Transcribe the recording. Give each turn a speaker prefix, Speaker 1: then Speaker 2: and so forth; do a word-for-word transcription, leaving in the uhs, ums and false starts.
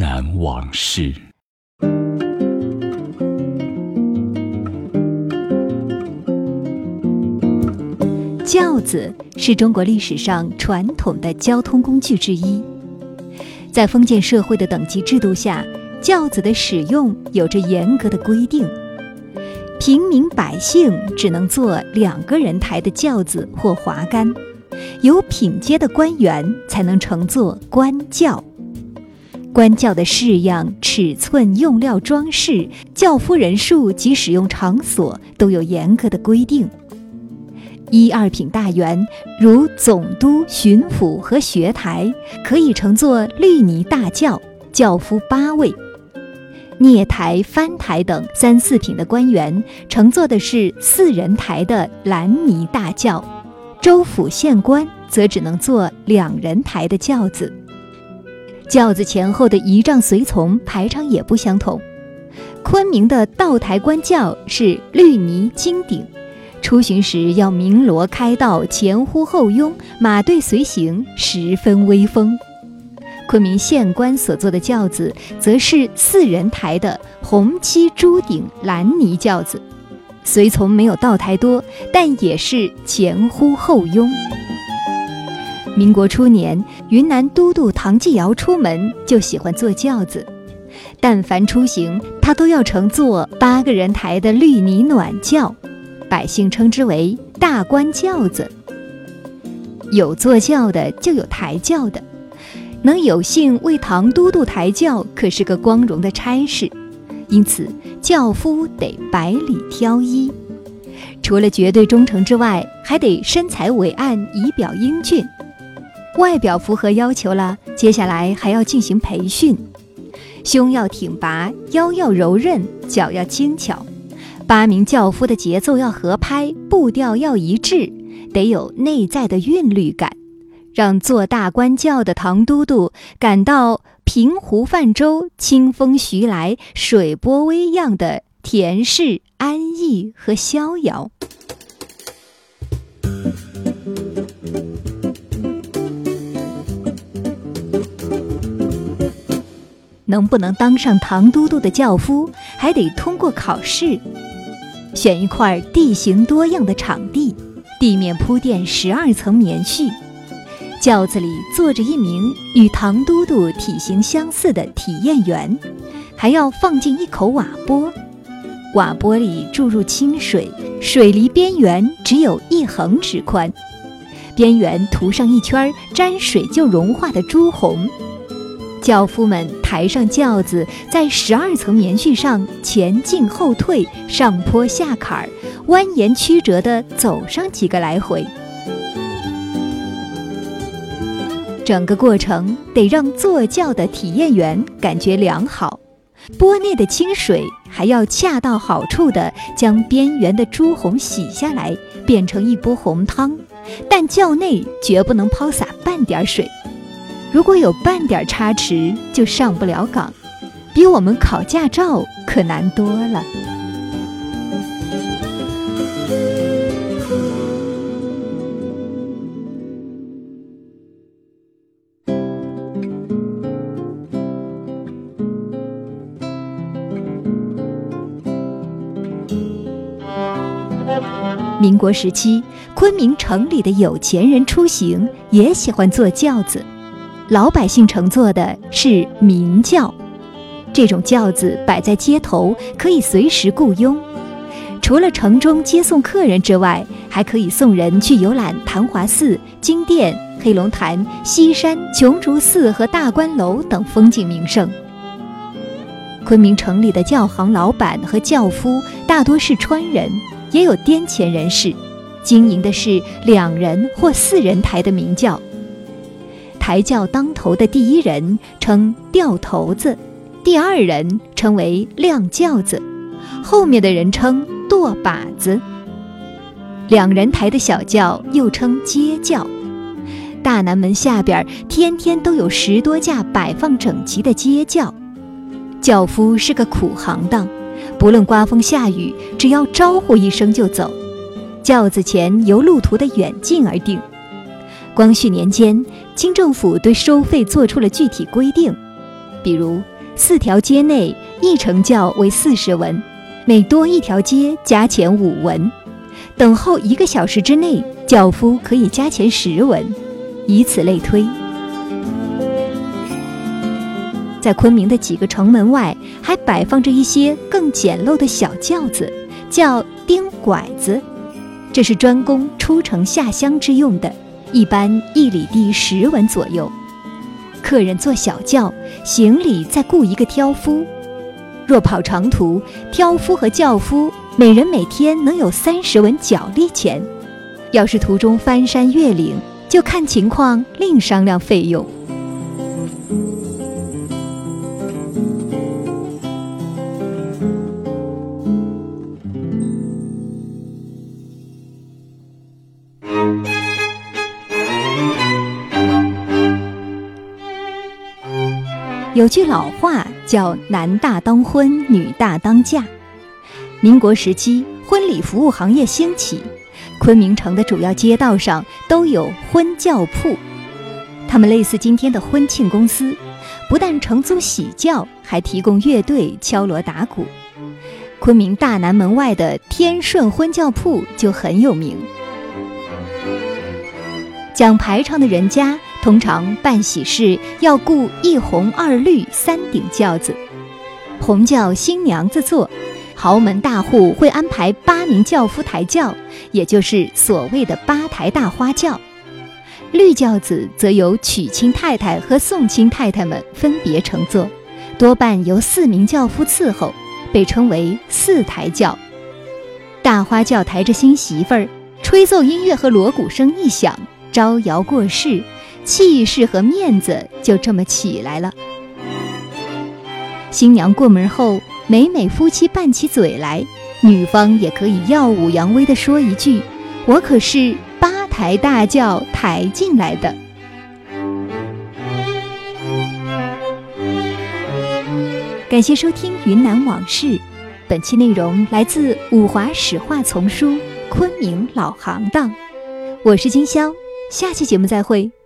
Speaker 1: 难往事。
Speaker 2: 轿子是中国历史上传统的交通工具之一。在封建社会的等级制度下，轿子的使用有着严格的规定。平民百姓只能坐两个人抬的轿子或滑竿，有品阶的官员才能乘坐官轿。官轿的式样、尺寸、用料、装饰、轿夫人数及使用场所都有严格的规定。一二品大员如总督、巡抚和学台可以乘坐绿泥大轿，轿夫八位。聂台、藩台等三四品的官员乘坐的是四人抬的蓝泥大轿，州府县官则只能坐两人抬的轿子。轿子前后的仪仗随从排场也不相同。昆明的道台官轿是绿泥金顶，出巡时要鸣锣开道，前呼后拥，马队随行，十分威风。昆明县官所坐的轿子则是四人抬的红漆朱顶蓝泥轿子，随从没有道台多，但也是前呼后拥。民国初年，云南都督唐继尧出门就喜欢坐轿子，但凡出行他都要乘坐八个人抬的绿泥暖轿，百姓称之为大官轿子。有坐轿的就有抬轿的，能有幸为唐都督抬轿可是个光荣的差事，因此轿夫得百里挑一，除了绝对忠诚之外，还得身材伟岸，仪表英俊。外表符合要求了，接下来还要进行培训，胸要挺拔，腰要柔韧，脚要精巧。八名轿夫的节奏要合拍，步调要一致，得有内在的韵律感，让坐大官轿的唐都督感到平湖泛舟，清风徐来，水波微漾的恬适、安逸和逍遥。能不能当上唐都督的轿夫，还得通过考试。选一块地形多样的场地，地面铺垫十二层棉絮，轿子里坐着一名与唐都督体型相似的体验员，还要放进一口瓦钵，瓦钵里注入清水，水离边缘只有一横指宽，边缘涂上一圈沾水就融化的朱红。轿夫们抬上轿子，在十二层棉絮上前进后退，上坡下坎，蜿蜒曲折地走上几个来回。整个过程得让坐轿的体验员感觉良好，钵内的清水还要恰到好处地将边缘的朱红洗下来，变成一钵红汤，但轿内绝不能抛洒半点水，如果有半点差池就上不了岗，比我们考驾照可难多了。民国时期，昆明城里的有钱人出行也喜欢坐轿子，老百姓乘坐的是民轿。这种轿子摆在街头，可以随时雇佣。除了城中接送客人之外，还可以送人去游览昙华寺、金殿、黑龙潭、西山、琼竹寺和大观楼等风景名胜。昆明城里的轿行老板和轿夫大多是川人，也有滇黔人士，经营的是两人或四人抬的民轿。抬轿当头的第一人称吊头子，第二人称为亮轿子，后面的人称舵把子。两人抬的小轿又称街轿。大南门下边天天都有十多架摆放整齐的街轿。轿夫是个苦行当，不论刮风下雨，只要招呼一声就走，轿子钱由路途的远近而定。光绪年间，清政府对收费做出了具体规定， 比如四条街内一成教为四十文，每多一条街加钱五文，等候一个小时之内轿夫可以加钱十文，以此类推。在昆明的几个城门外还摆放着一些更简陋的小轿子，叫钉拐子，这是专供出城下乡之用的，一般一里地十文左右。客人坐小轿，行李再雇一个挑夫。若跑长途，挑夫和轿夫每人每天能有三十文脚力钱。要是途中翻山越岭，就看情况另商量费用。有句老话叫男大当婚，女大当嫁。民国时期，婚礼服务行业兴起，昆明城的主要街道上都有婚轿铺，他们类似今天的婚庆公司，不但承租喜轿，还提供乐队敲锣打鼓。昆明大南门外的天顺婚轿铺就很有名。讲排场的人家通常办喜事要雇一红二绿三顶轿子，红轿新娘子坐，豪门大户会安排八名轿夫抬轿，也就是所谓的八抬大花轿。绿轿子则由娶亲太太和送亲太太们分别乘坐，多半由四名轿夫伺候，被称为四抬轿。大花轿抬着新媳妇儿，吹奏音乐和锣鼓声一响，招摇过市，气势和面子就这么起来了。新娘过门后，每每夫妻拌起嘴来，女方也可以耀武扬威地说一句：“我可是八抬大轿抬进来的。”感谢收听《云南往事》，本期内容来自五华史话丛书《昆明老行当》，我是金宵，下期节目再会。